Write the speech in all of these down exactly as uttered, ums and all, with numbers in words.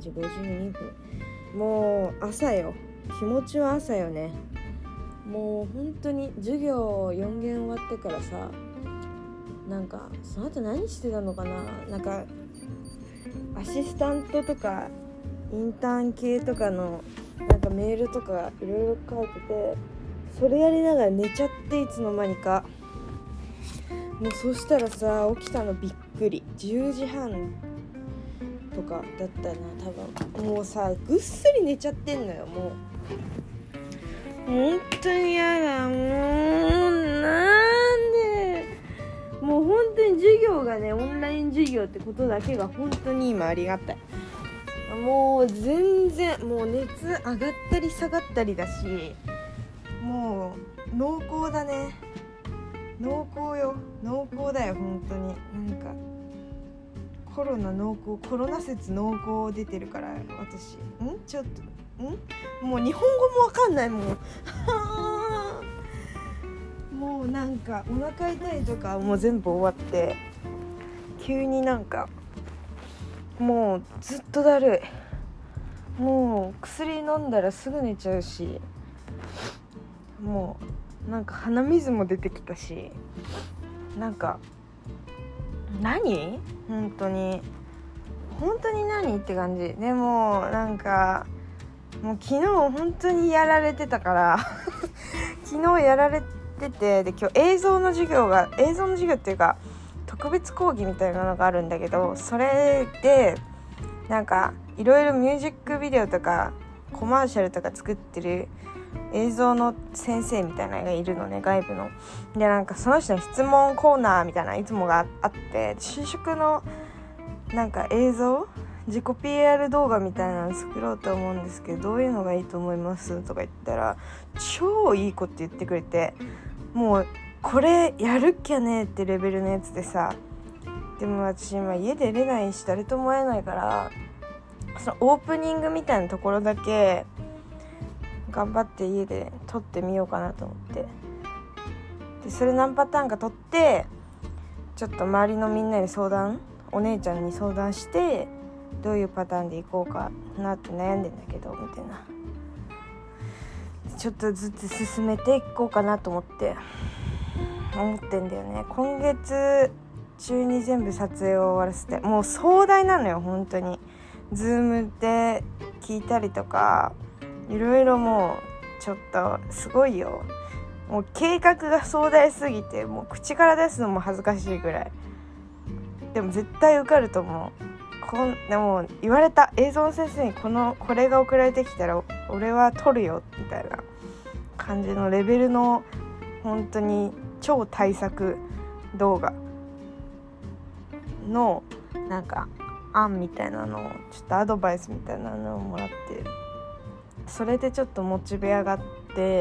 じごじゅうにふん、もう朝よ。気持ちは朝よね。もう本当に授業よん限終わってからさ、なんかその後何してたのかな、なんかアシスタントとかインターン系とかのなんかメールとかいろいろ書いてて、それやりながら寝ちゃって、いつの間にか。もうそしたらさ、起きたのびっくり、じゅうじはんとかだったな多分。もうさ、ぐっすり寝ちゃってんのよ。もう本当にやだ。もうなんで、もう本当に授業がね、オンライン授業ってことだけが本当に今ありがたい。もう全然、もう熱上がったり下がったりだし、もう濃厚だね。濃厚よ、濃厚だよ本当に。なんかコロナ濃厚、コロナ説濃厚出てるから私。んちょっとんもう日本語もわかんないもんもうなんかお腹痛いとかもう全部終わって、急になんかもうずっとだるい。もう薬飲んだらすぐ寝ちゃうし、もうなんか鼻水も出てきたし、なんか何本当に本当に何って感じ。でもなんかもう昨日本当にやられてたから昨日やられてて、で今日映像の授業が映像の授業っていうか特別講義みたいなのがあるんだけど、それでなんかいろいろミュージックビデオとかコマーシャルとか作ってる映像の先生みたいなのがいるのね、外部の。でなんかその人の質問コーナーみたいないつもがあって、就職のなんか映像、自己 ピーアール 動画みたいなの作ろうと思うんですけど、どういうのがいいと思いますとか言ったら超いいこと言ってくれて、もうこれやるっきゃねってレベルのやつでさ。でも私今家で出れないし誰とも会えないから、そのオープニングみたいなところだけ頑張って家で撮ってみようかなと思って、でそれ何パターンか撮って、ちょっと周りのみんなに相談、お姉ちゃんに相談して、どういうパターンでいこうかなって悩んでんだけどみたいな、ちょっとずつ進めていこうかなと思って思ってんだよね。今月中に全部撮影を終わらせて、もう壮大なのよ本当に。ズームで聞いたりとかいろいろ、もうちょっとすごいよ。もう計画が壮大すぎて、もう口から出すのも恥ずかしいぐらい。でも絶対受かると思う。こんでも言われた、映像の先生にこのこれが送られてきたら俺は撮るよみたいな感じのレベルの本当に超大作動画のなんか案みたいなのを、ちょっとアドバイスみたいなのをもらって、それでちょっとモチベ上がって、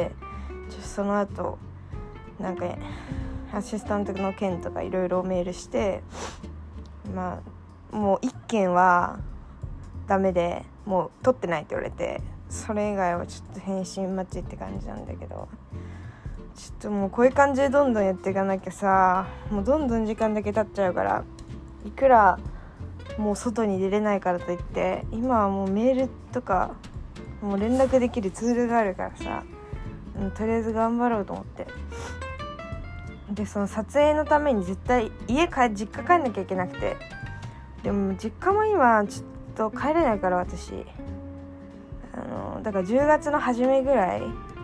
ちょその後なんかアシスタントの件とかいろいろメールして、まあもういっけんはダメでもう取ってないって言われて、それ以外はちょっと返信待ちって感じなんだけど、ちょっともうこういう感じでどんどんやっていかなきゃさ、もうどんどん時間だけ経っちゃうから、いくらもう外に出れないからといって今はもうメールとかもう連絡できるツールがあるからさ、うん、とりあえず頑張ろうと思って。でその撮影のために絶対家帰実家帰んなきゃいけなくて、でも実家も今ちょっと帰れないから私、あのだからじゅうがつの初めぐらい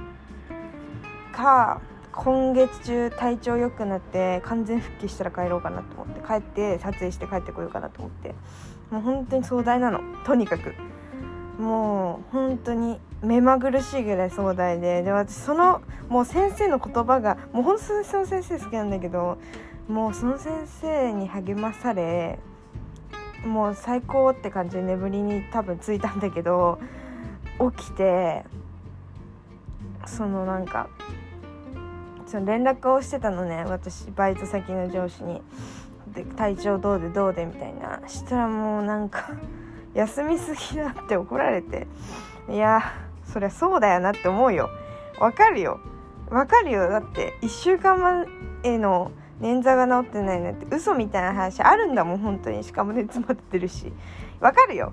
か今月中体調良くなって完全復帰したら帰ろうかなと思って、帰って撮影して帰ってこようかなと思って。もう本当に壮大なの、とにかくもう本当に目まぐるしいぐらい壮大で、で私そのもう先生の言葉がもう本当にその先生好きなんだけど、もうその先生に励まされ、もう最高って感じで眠りに多分ついたんだけど、起きてそのなんかその連絡をしてたのね、私バイト先の上司に。で体調どうでどうでみたいな、したらもうなんか休みすぎだって怒られて、いやそりゃそうだよなって思うよ。わかるよわかるよ、だっていっしゅうかん前の捻挫が治ってないなんて嘘みたいな話あるんだもん本当に。しかも熱も出てるし、わかるよ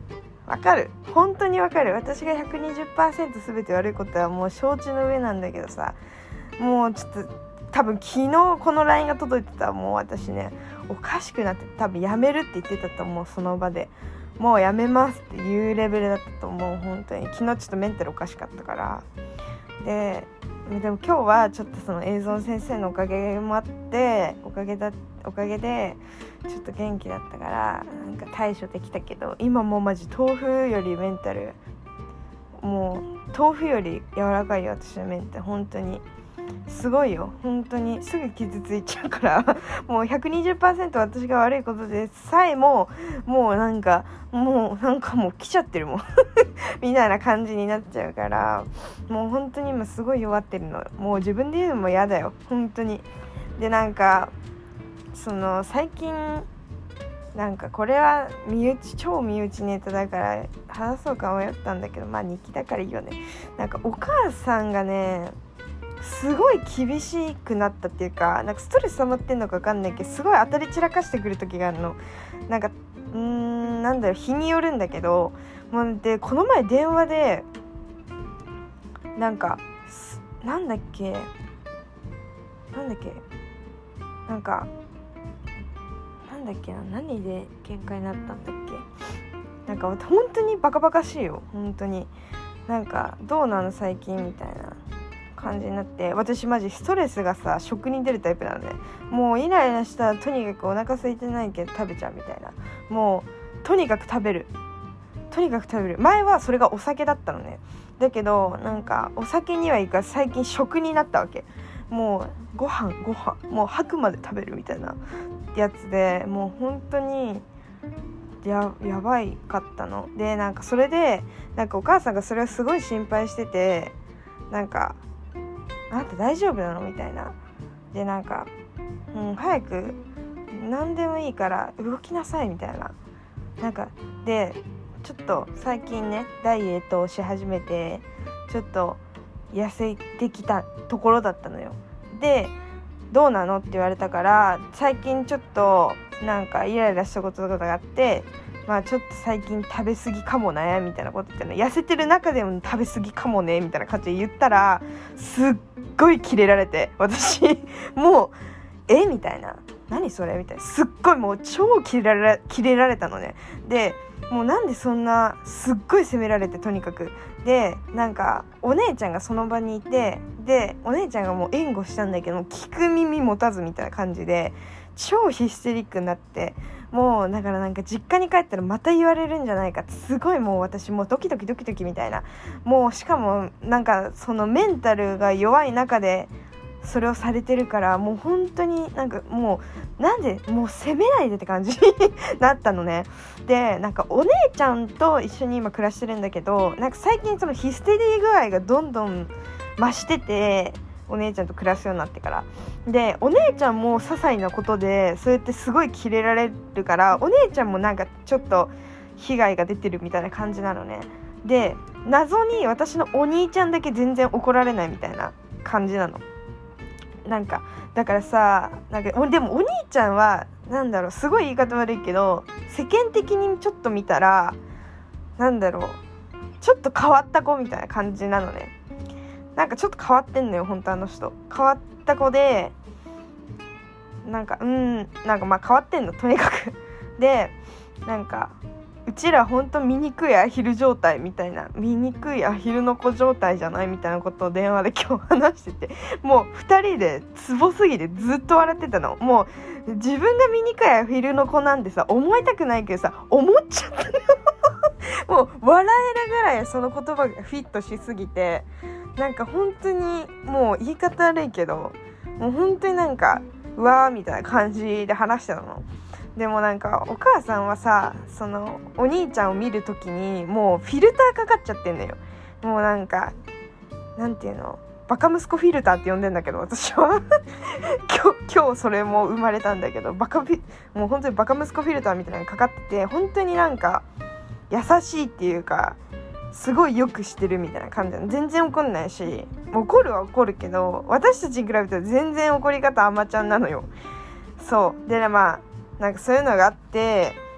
わかる、本当にわかる。私が ひゃくにじゅっパーセント 全て悪いことはもう承知の上なんだけどさ、もうちょっと多分昨日この ライン が届いてたらもう私ねおかしくなって、多分やめるって言ってたと思う。その場でもうやめますっていうレベルだったと思う。本当に昨日ちょっとメンタルおかしかったから。ででも今日はちょっとその映像先生のおかげもあっておかげだおかげでちょっと元気だったからなんか対処できたけど、今もうマジ豆腐よりメンタル、もう豆腐より柔らかいよ私のメンタル。本当にすごいよ、本当にすぐ傷ついちゃうからもう ひゃくにじゅっパーセント 私が悪いことでさえももうなんかもうなんかもう来ちゃってるもんみたいな感じになっちゃうから、もう本当に今すごい弱ってるの。もう自分で言うのも嫌だよ本当に。でなんかその最近なんかこれは身内超身内ネタだから話そうか迷ったんだけど、まあ日記だからいいよね。なんかお母さんがねすごい厳しくなったっていうか、なんかストレス溜まってんのか分かんないけどすごい当たり散らかしてくる時があるの。なんかうーんなんだろう、日によるんだけど、もうでこの前電話でなんかなんだっけなんだっけなんかなんだっけな何で喧嘩になったんだっけ。なんか本当にバカバカしいよ本当に。なんかどうなの最近みたいな感じになって、私マジストレスがさ食に出るタイプなので、もうイライラしたらとにかくお腹空いてないけど食べちゃうみたいな、もうとにかく食べるとにかく食べる。前はそれがお酒だったのね。だけどなんかお酒にはいいから最近食になったわけ。もうご飯ご飯もう吐くまで食べるみたいなやつで、もう本当にや, やばいかったので、なんかそれでなんかお母さんがそれをすごい心配してて、なんかあなた大丈夫なのみたいな。でなんか、うん、早く何でもいいから動きなさいみたいな。なんかでちょっと最近ねダイエットをし始めてちょっと痩せてきたところだったのよ。でどうなのって言われたから、最近ちょっとなんかイライラしたこととかがあって、まあちょっと最近食べ過ぎかもねみたいなこと言ったの。痩せてる中でも食べ過ぎかもねみたいな感じで言ったらすっごいキレられて、私もうえみたいな、何それみたいな、すっごいもう超キレられ、キレられたのね。でもうなんでそんなすっごい責められて、とにかくでなんかお姉ちゃんがその場にいて、でお姉ちゃんがもう援護したんだけど聞く耳持たずみたいな感じで超ヒステリックになって、もうだからなんか実家に帰ったらまた言われるんじゃないかって、すごいもう私もうドキドキドキドキみたいな。もうしかもなんかそのメンタルが弱い中でそれをされてるから、もう本当になんかもうなんでもう責めないでって感じになったのね。でなんかお姉ちゃんと一緒に今暮らしてるんだけど、なんか最近そのヒステリー具合がどんどん増してて、お姉ちゃんと暮らすようになってから。でお姉ちゃんも些細なことでそうやってすごいキレられるから、お姉ちゃんもなんかちょっと被害が出てるみたいな感じなのね。で謎に私のお兄ちゃんだけ全然怒られないみたいな感じなの。なんかだからさ、なんかでもお兄ちゃんはなんだろう、すごい言い方悪いけど世間的にちょっと見たらなんだろう、ちょっと変わった子みたいな感じなのね。なんかちょっと変わってんのよ本当あの人。変わった子でなんかうんなんかまあ変わってんのとにかくでなんかうちらほんと醜いアヒル状態みたいな、醜いアヒルの子状態じゃないみたいなことを電話で今日話してて、もうふたりでツボすぎてずっと笑ってたの。もう自分が醜いアヒルの子なんてさ思いたくないけどさ思っちゃったのもう笑えるぐらいその言葉がフィットしすぎて、なんか本当にもう言い方悪いけどもう本当になんかうわーみたいな感じで話してたの。でもなんかお母さんはさ、そのお兄ちゃんを見るときにもうフィルターかかっちゃってんのよ。もうなんかなんていうの、バカ息子フィルターって呼んでんだけど私は今日今日それも生まれたんだけど、バカフィもう本当にバカ息子フィルターみたいなのがかかってて、本当になんか優しいっていうかすごいよくしてるみたいな感じなの。全然怒んないし、怒るは怒るけど私たちに比べたら全然怒り方甘ちゃんなのよ。そうでまあなんかそういうのがあって、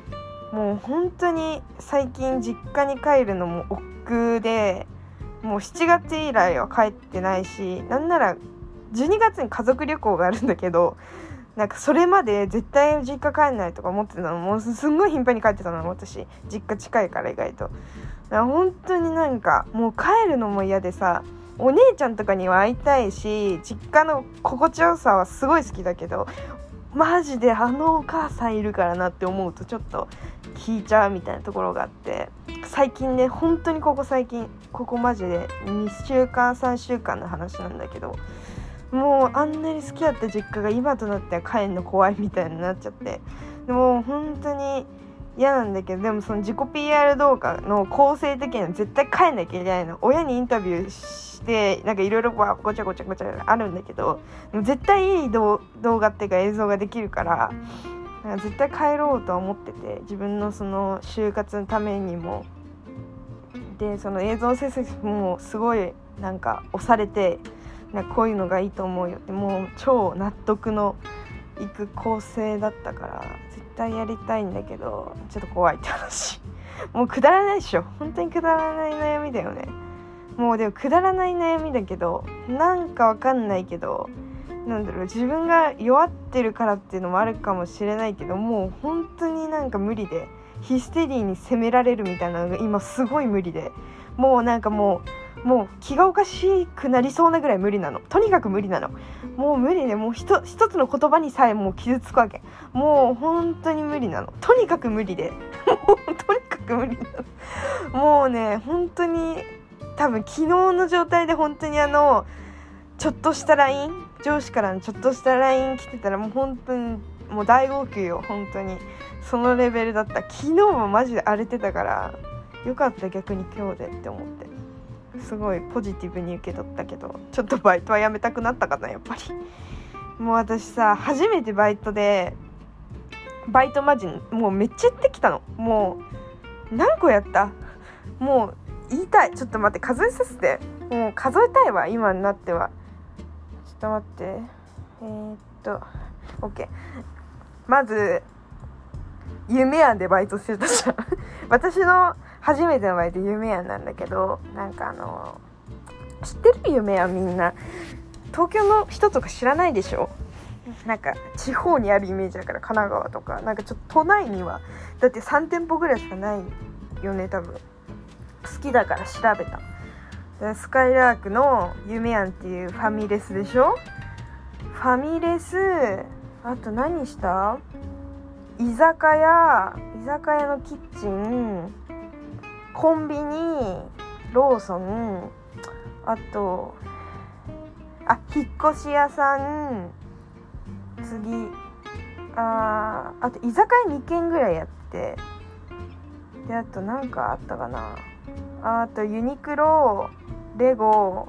もう本当に最近実家に帰るのも億劫で、もうしちがつ以来は帰ってないし、なんならじゅうにがつに家族旅行があるんだけど、なんかそれまで絶対実家帰んないとか思ってたの。もうすんごい頻繁に帰ってたの、私実家近いから意外と。だから本当になんかもう帰るのも嫌でさ、お姉ちゃんとかには会いたいし、実家の心地よさはすごい好きだけど、マジであのお母さんいるからなって思うとちょっと引いちゃうみたいなところがあって、最近ね、本当にここ最近ここマジでにしゅうかんさんしゅうかんの話なんだけど、もうあんなに好きだった実家が今となっては帰るの怖いみたいになっちゃって、でも本当に嫌なんだけど、でもその自己 ピーアール 動画の構成的には絶対帰んなきゃいけないの。親にインタビューしてなんかいろいろごちゃごちゃごちゃあるんだけど、でも絶対いい動画っていうか映像ができるから、なんか絶対帰ろうとは思ってて、自分のその就活のためにも。でその映像制作もすごいなんか押されて、なんかこういうのがいいと思うよって、もう超納得のいく構成だったから絶対やりたいんだけど、ちょっと怖いって話もうくだらないでしょ、本当にくだらない悩みだよね。もうでもくだらない悩みだけど、なんかわかんないけど、なんだろう、自分が弱ってるからっていうのもあるかもしれないけど、もう本当になんか無理で、ヒステリーに責められるみたいなのが今すごい無理で、もうなんかもうもう気がおかしくなりそうなぐらい無理なの。とにかく無理なの。もう無理で、もうひと一つの言葉にさえもう傷つくわけ。もう本当に無理なの。とにかく無理で、もうとにかく無理なの。もうね、本当に多分昨日の状態で本当にあのちょっとした ライン、 上司からのちょっとした ライン 来てたらもう本当にもう大号泣よ。本当にそのレベルだった。昨日もマジで荒れてたから、よかった逆に今日でって思って、すごいポジティブに受け取ったけど、ちょっとバイトはやめたくなったかなやっぱり。もう私さ、初めてバイトでバイトマジもうめっちゃやってきたの。もう何個やった、もう言いたい。ちょっと待って、数えさせて。もう数えたいわ今になっては。ちょっと待って、えー、っと OK。 まず夢庵でバイトしてたじゃん私の初めてのバイト夢庵なんだけど、なんかあの知ってる夢庵みんな。東京の人とか知らないでしょ。なんか地方にあるイメージだから、神奈川とかなんかちょっと都内にはだってさん店舗ぐらいしかないよね多分。好きだから調べた。スカイラークの夢庵っていうファミレスでしょ。ファミレス、あと何した？居酒屋、居酒屋のキッチン、コンビニ、ローソン、あとあ引っ越し屋さん、次ああと居酒屋にけんぐらいやって、であとなんかあったかな、あとユニクロ、レゴ、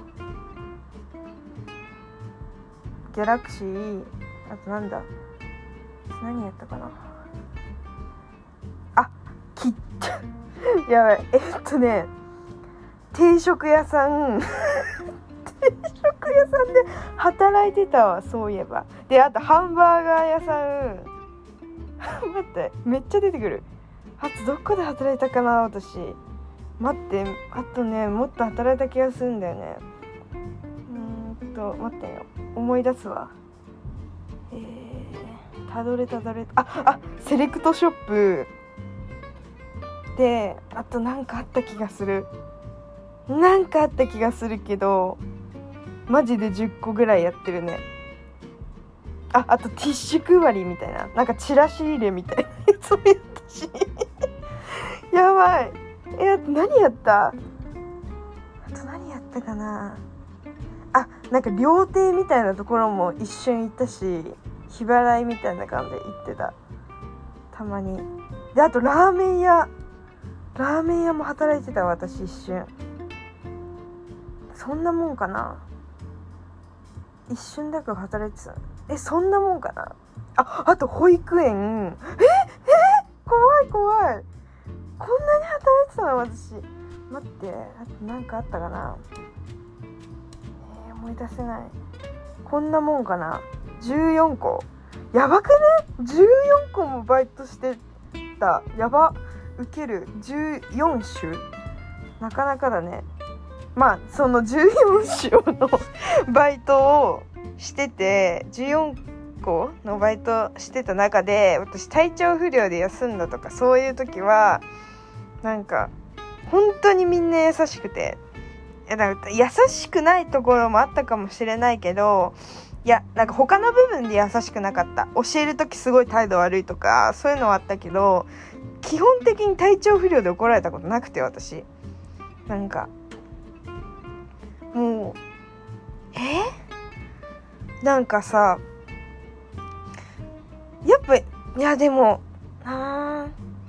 ギャラクシー、あとなんだ何やったかなあきっやばいえっとね定食屋さん定食屋さんで働いてたわそういえば。であとハンバーガー屋さん待ってめっちゃ出てくる。あとどこで働いたかな私。待ってあとねもっと働いた気がするんだよね。うーんと待ってよ思い出すわ。えー、たどれたどれああセレクトショップで、あとなんかあった気がするなんかあった気がするけどマジでじゅっこぐらいやってるね。ああとティッシュ配りみたいな、なんかチラシ入れみたいなやつもやったしやばい。えあと何やったあと何やったかなあなんか料亭みたいなところも一瞬行ったし、日払いみたいな感じで行ってたたまに。であとラーメン屋ラーメン屋も働いてた私一瞬。そんなもんかな、一瞬だから働いてた。えそんなもんかなああと保育園ええ怖い怖い、こんなに働いてたの私。待ってあとなんかあったかな、えー、思い出せない。こんなもんかなじゅうよんこやばくねじゅうよんこもバイトしてた。やば、ウケる。じゅうよん種、なかなかだね。まあそのじゅうよん種のバイトをしてて、じゅうよんこのバイトしてた中で、私体調不良で休んだとかそういう時はなんか本当にみんな優しくて、いやなんか優しくないところもあったかもしれないけど、いやなんか他の部分で優しくなかった。教える時すごい態度悪いとかそういうのはあったけど、基本的に体調不良で怒られたことなくて、私なんかもうえなんかさ、やっぱいやでもあ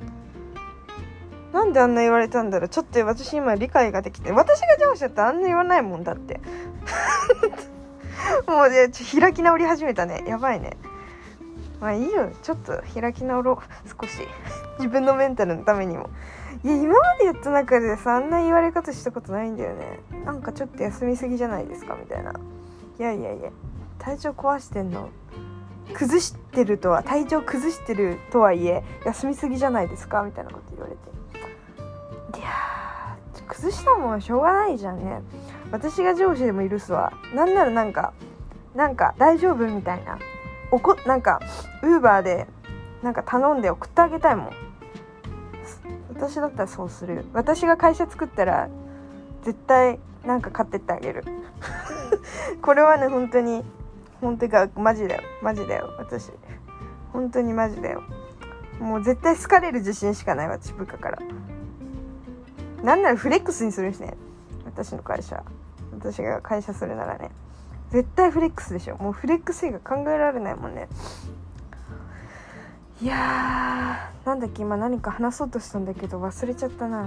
なんであんな言われたんだろう。ちょっと私今理解ができて、私が上司だったらあんな言わないもんだってもうねちょ開き直り始めたね。やばいね。まあいいよ、ちょっと開き直ろう少し自分のメンタルのためにも。いや今までやった中でさ、あんな言われ方したことないんだよね。なんかちょっと休みすぎじゃないですかみたいな。いやいやいや、体調壊してんの崩してるとは体調崩してるとはいえ休みすぎじゃないですかみたいなこと言われて、いやー崩したもんしょうがないじゃんね。私が上司でも許すわ。なんならなんかなんか大丈夫みたいな、おこなんかウーバーでなんか頼んで送ってあげたいもん。私だったらそうする。私が会社作ったら絶対なんか買ってってあげるこれはね本当に本当かマジだよマジだよ、私本当にマジだよ。もう絶対好かれる自信しかない、私部下から。なんならフレックスにするしね、私の会社。私が会社するならね絶対フレックスでしょ。もうフレックス以外考えられないもんね。いやーなんだっけ、今何か話そうとしたんだけど忘れちゃったな。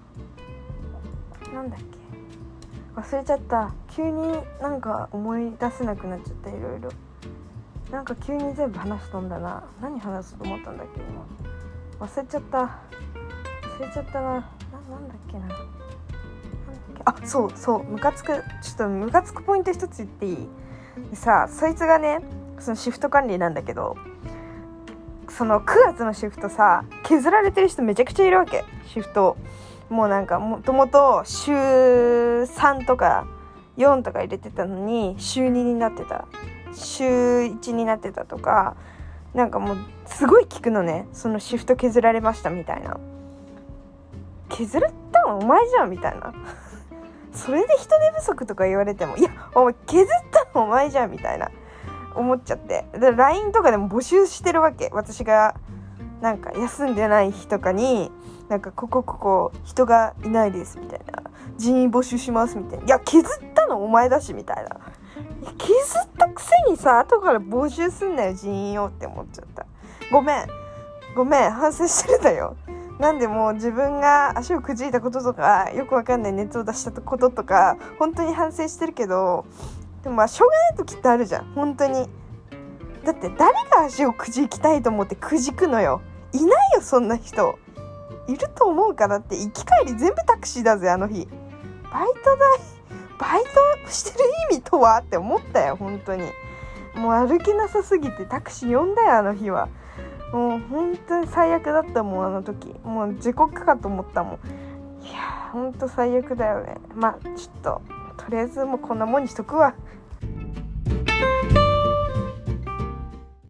なんだっけ忘れちゃった。急になんか思い出せなくなっちゃった。いろいろなんか急に全部話しとんだな。何話そうと思ったんだっけ今。忘れちゃった忘れちゃったな。な、なんだっけな。なんだっけ、あ、そうそうムカつくちょっとムカつくポイント一つ言っていい？でさ、そいつがねそのシフト管理なんだけど、そのくがつのシフトさ削られてる人めちゃくちゃいるわけ。シフトもうなんかもともと週さんとかよんとか入れてたのに週にになってた、週いちになってたとか、なんかもうすごい聞くのね。そのシフト削られましたみたいな。削ったのお前じゃんみたいなそれで人手不足とか言われても、いやお前削ったのお前じゃんみたいな思っちゃって、で ライン とかでも募集してるわけ。私がなんか休んでない日とかになんかここここ人がいないですみたいな、人員募集しますみたいな。いや削ったのお前だしみたいな。いや削ったくせにさ後から募集すんなよ人員をって思っちゃった。ごめんごめん反省してるんだよ。なんでもう自分が足をくじいたこととかよくわかんない熱を出したこととか本当に反省してるけど、でもまあしょうがない時ってあるじゃん本当に。だって誰が足をくじきたいと思ってくじくのよ。いないよそんな人。いると思うからって。行き帰り全部タクシーだぜあの日。バイト代バイトしてる意味とはって思ったよ本当に。もう歩きなさすぎてタクシー呼んだよあの日は。もう本当に最悪だったもんあの時。もう地獄かと思ったもん。いやー本当最悪だよね。まあちょっととりあえずもうこんなもんにしとくわ。